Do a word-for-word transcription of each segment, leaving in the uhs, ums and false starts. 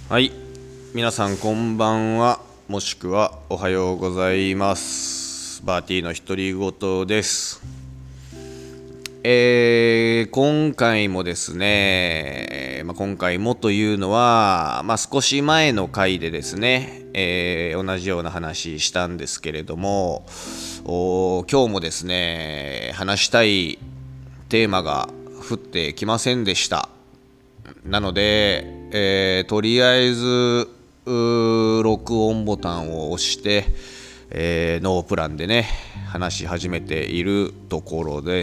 はい、皆さんこんばんは、もしくはおはようございます。バーティーの独り言です。えー、今回もですね、まあ、今回もというのは、まあ、少し前の回でですね、えー、同じような話したんですけれども、お今日もですね、話したいテーマが降ってきませんでした。なので、えー、とりあえず録音ボタンを押して、えー、ノープランでね話し始めているところです。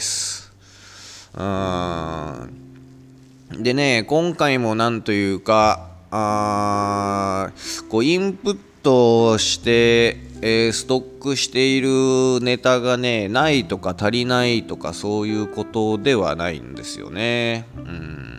うーんでね、今回もなんというかあこうインプットして、えー、ストックしているネタがねないとか足りないとかそういうことではないんですよね。うん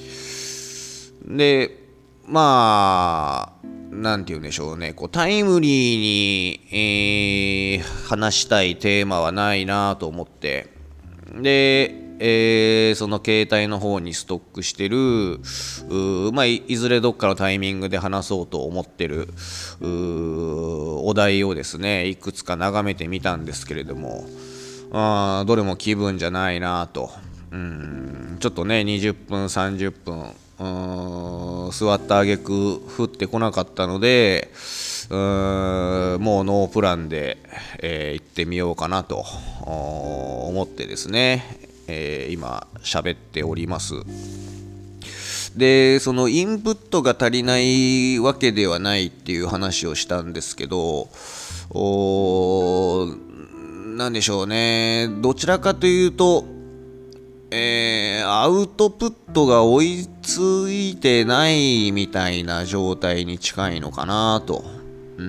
で、まあ、なんて言うんでしょうね、こうタイムリーに、えー話したいテーマはないなと思って、で、えーその携帯の方にストックしてる、まあ、い、いずれどっかのタイミングで話そうと思ってるお題をですね、いくつか眺めてみたんですけれども、あどれも気分じゃないなと。うんちょっとねにじゅっぷんさんじゅっぷん座った挙句降ってこなかったので、うーんもうノープランで、えー行ってみようかなと思ってですね、えー今喋っております。でそのインプットが足りないわけではないっていう話をしたんですけど、おなんでしょうね、どちらかというとえー、アウトプットが追いついてないみたいな状態に近いのかなと。うん、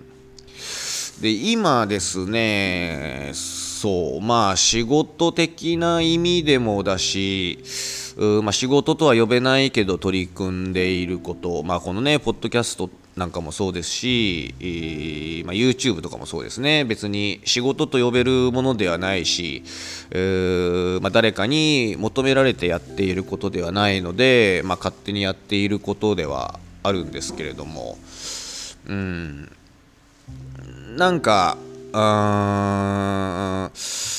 で今ですね、そうまあ仕事的な意味でもだし、うまあ、仕事とは呼べないけど取り組んでいること、まあ、このねポッドキャストなんかもそうですし、えーまあ、YouTube とかもそうですね、別に仕事と呼べるものではないし、えーまあ、誰かに求められてやっていることではないので、まあ、勝手にやっていることではあるんですけれども、うんなんかあ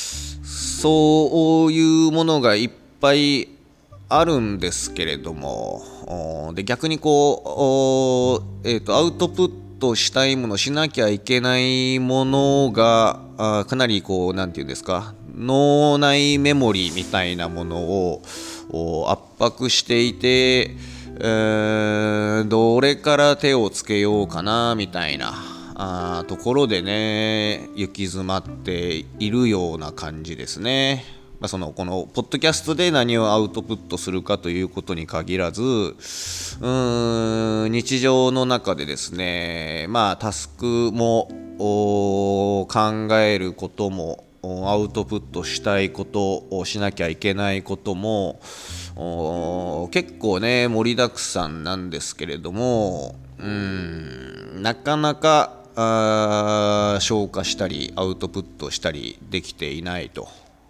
そういうものがいっぱいあるんですけれども、で逆にこう、えーと、アウトプットしたいものしなきゃいけないものがあかなりこうなんていうんですか、脳内メモリーみたいなものを圧迫していて、えーどれから手をつけようかなみたいなあところでね行き詰まっているような感じですね。まあ、そのこのポッドキャストで何をアウトプットするかということに限らず、うーん日常の中でですね、まあタスクも考えることもアウトプットしたいことをしなきゃいけないことも結構ね盛りだくさんなんですけれども、うーんなかなかあ消化したりアウトプットしたりできていないと。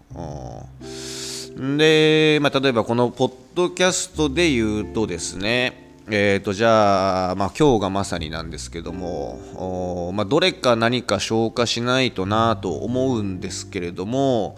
で、まあ、例えばこのポッドキャストで言うとですね、えーとじゃあ、まあ、今日がまさになんですけども、まあ、どれか何か消化しないとなと思うんですけれども、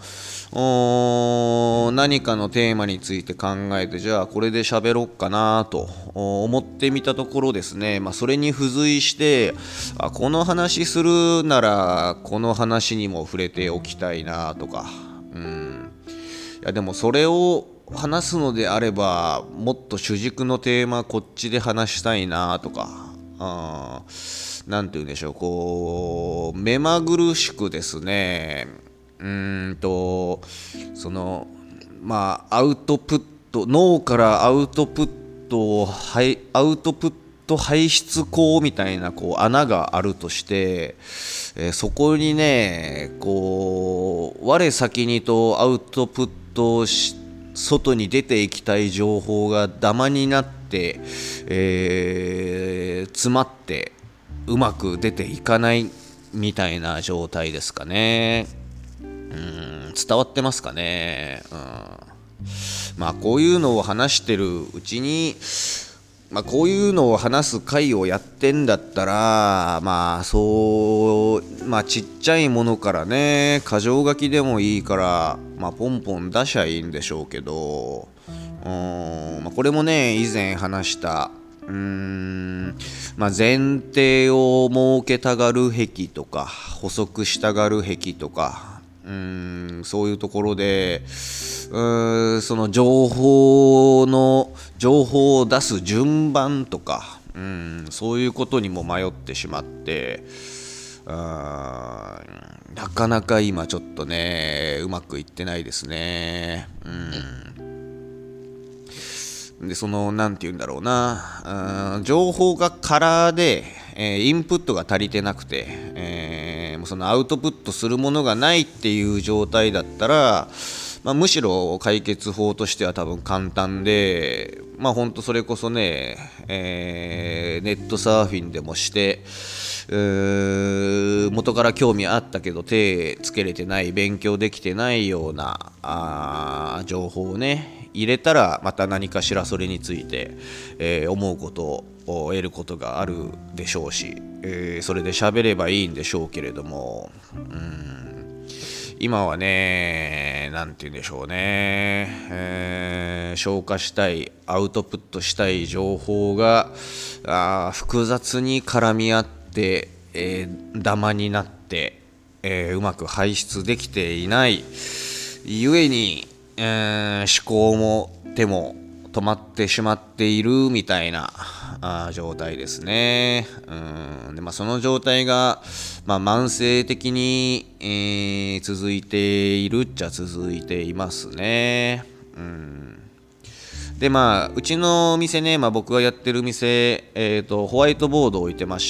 何かのテーマについて考えて、じゃあこれで喋ろうかなと思ってみたところですね、まあ、それに付随してあこの話するならこの話にも触れておきたいなとか、うんいやでもそれを話すのであればもっと主軸のテーマこっちで話したいなとか、あなんて言うんでしょう、こう目まぐるしくですね、うーんとそのまあアウトプット脳からアウトプットをはいアウトプット排出口みたいなこう穴があるとして、えーそこにねこう我先にとアウトプットし外に出ていきたい情報がダマになって、えー詰まってうまく出ていかないみたいな状態ですかね。うん伝わってますかね。うんまあこういうのを話してるうちにまあ、こういうのを話す会をやってんだったら、まあそう、まあちっちゃいものからね、箇条書きでもいいから、まあポンポン出しゃいいんでしょうけど、うーん、まあ、これもね、以前話した、うーん、まあ、前提を設けたがる癖とか、補足したがる癖とか、うーん、そういうところで、うーん、その情報の情報を出す順番とか、うん、そういうことにも迷ってしまって、うーん、なかなか今ちょっとねうまくいってないですね。うん、でそのなんて言うんだろうな、うん、情報が空で、えー、インプットが足りてなくて、えー、もうそのアウトプットするものがないっていう状態だったら、まあ、むしろ解決法としては多分簡単で、まあ本当それこそね、えー、ネットサーフィンでもして、元から興味あったけど手つけれてない、勉強できてないようなあ情報をね入れたら、また何かしらそれについて、えー、思うことを得ることがあるでしょうし、えー、それで喋ればいいんでしょうけれども、うーん、今はね、なんて言うんでしょうね、えー、消化したい、アウトプットしたい情報があ複雑に絡み合って、えー、ダマになって、えー、うまく排出できていないゆえに、えー、思考も手も止まってしまっているみたいなあ状態ですね。うんで、まあ、その状態が、まあ、慢性的に、えー、続いているっちゃ続いていますね。うんでまあ、うちの店ね、まあ、僕がやってる店、えーと、ホワイトボードを置いてまして、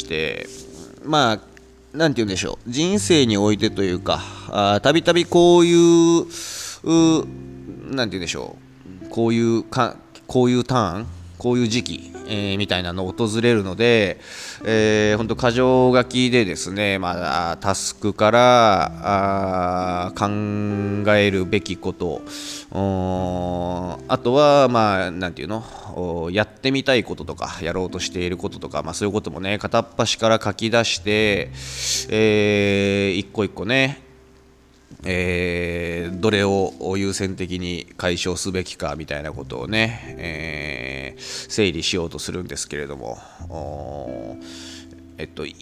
まあ、なんて言うんでしょう、人生においてというか、たびたびこういう、うなんて言うんでしょう、こういうか、こういうターン、こういう時期、えー、みたいなのを訪れるので、えー、本当箇条書きでですね、まあ、タスクからあ考えるべきこと、あとは、まあ、なんていうの、やってみたいこととか、やろうとしていることとか、まあ、そういうこともね、片っ端から書き出して、えー、一個一個ね、えー、どれを優先的に解消すべきかみたいなことをね、えー、整理しようとするんですけれども、えっと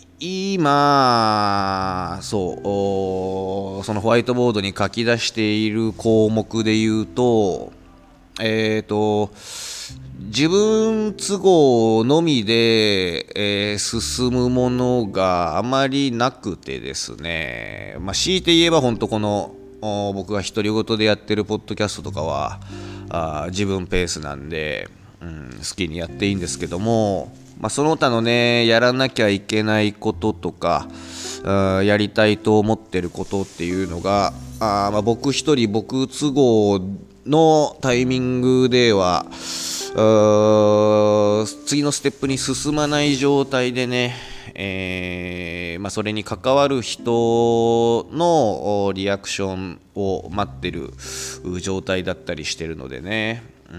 今そうそのホワイトボードに書き出している項目で言うと、えっと自分都合のみで、えー、進むものがあまりなくてですね、まあ、強いて言えば本当この僕が独り言でやってるポッドキャストとかはあ自分ペースなんで、うん、好きにやっていいんですけども、まあ、その他のねやらなきゃいけないこととかあやりたいと思ってることっていうのがあ、まあ、僕一人僕都合のタイミングでは次のステップに進まない状態でね、えーまあ、それに関わる人のリアクションを待ってる状態だったりしてるのでね、うん、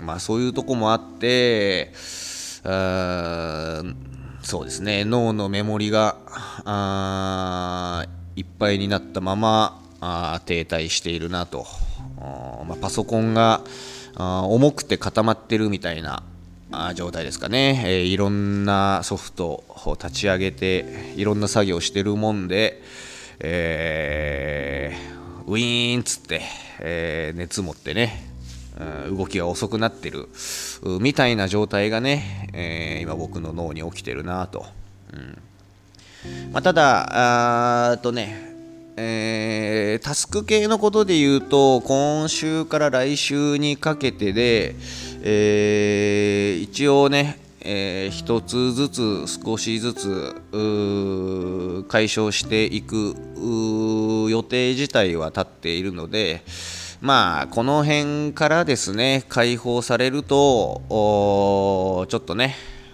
まあ、そういうとこもあってあそうですね、脳のメモリがあいっぱいになったままあ停滞しているなと、まあ、パソコンが重くて固まってるみたいな状態ですかね、えー、いろんなソフトを立ち上げていろんな作業をしてるもんで、えー、ウィーンっつって、えー、熱持ってね、うん、動きが遅くなってるみたいな状態がね、えー、今僕の脳に起きてるなと、うんまあ、ただあーとねえー、タスク系のことで言うと今週から来週にかけてで、えー、一応ね、えー、一つずつ少しずつ解消していく予定自体は立っているので、まあこの辺からですね解放されるとちょっとね、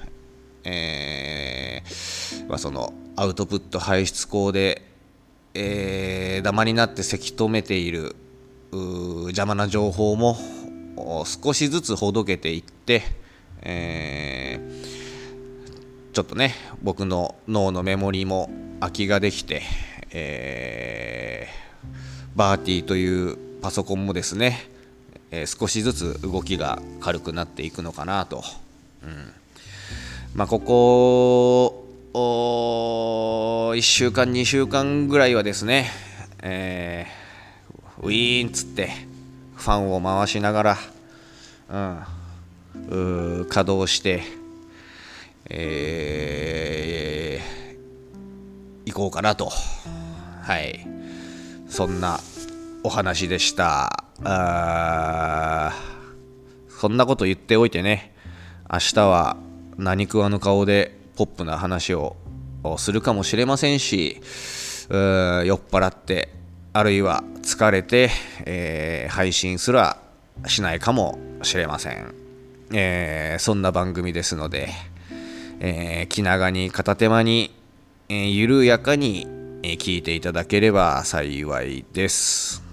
えーまあ、そのアウトプット排出口でえー、ダマになってせき止めている邪魔な情報も少しずつほどけていって、 えーちょっとね僕の脳のメモリも空きができて、えー、バーティーというパソコンもですね、えー、少しずつ動きが軽くなっていくのかなと、うんまあ、ここいっしゅうかんにしゅうかんぐらいはですね、えー、ウィーンっつってファンを回しながら、うん、う稼働してえー、行こうかなと、はい、そんなお話でした。あそんなこと言っておいてね、明日は何食わぬ顔でポップな話をするかもしれませんし、うー酔っ払ってあるいは疲れて、えー、配信すらしないかもしれません。えー、そんな番組ですので、えー、気長に片手間に、えー、緩やかに、えー、聞いていただければ幸いです。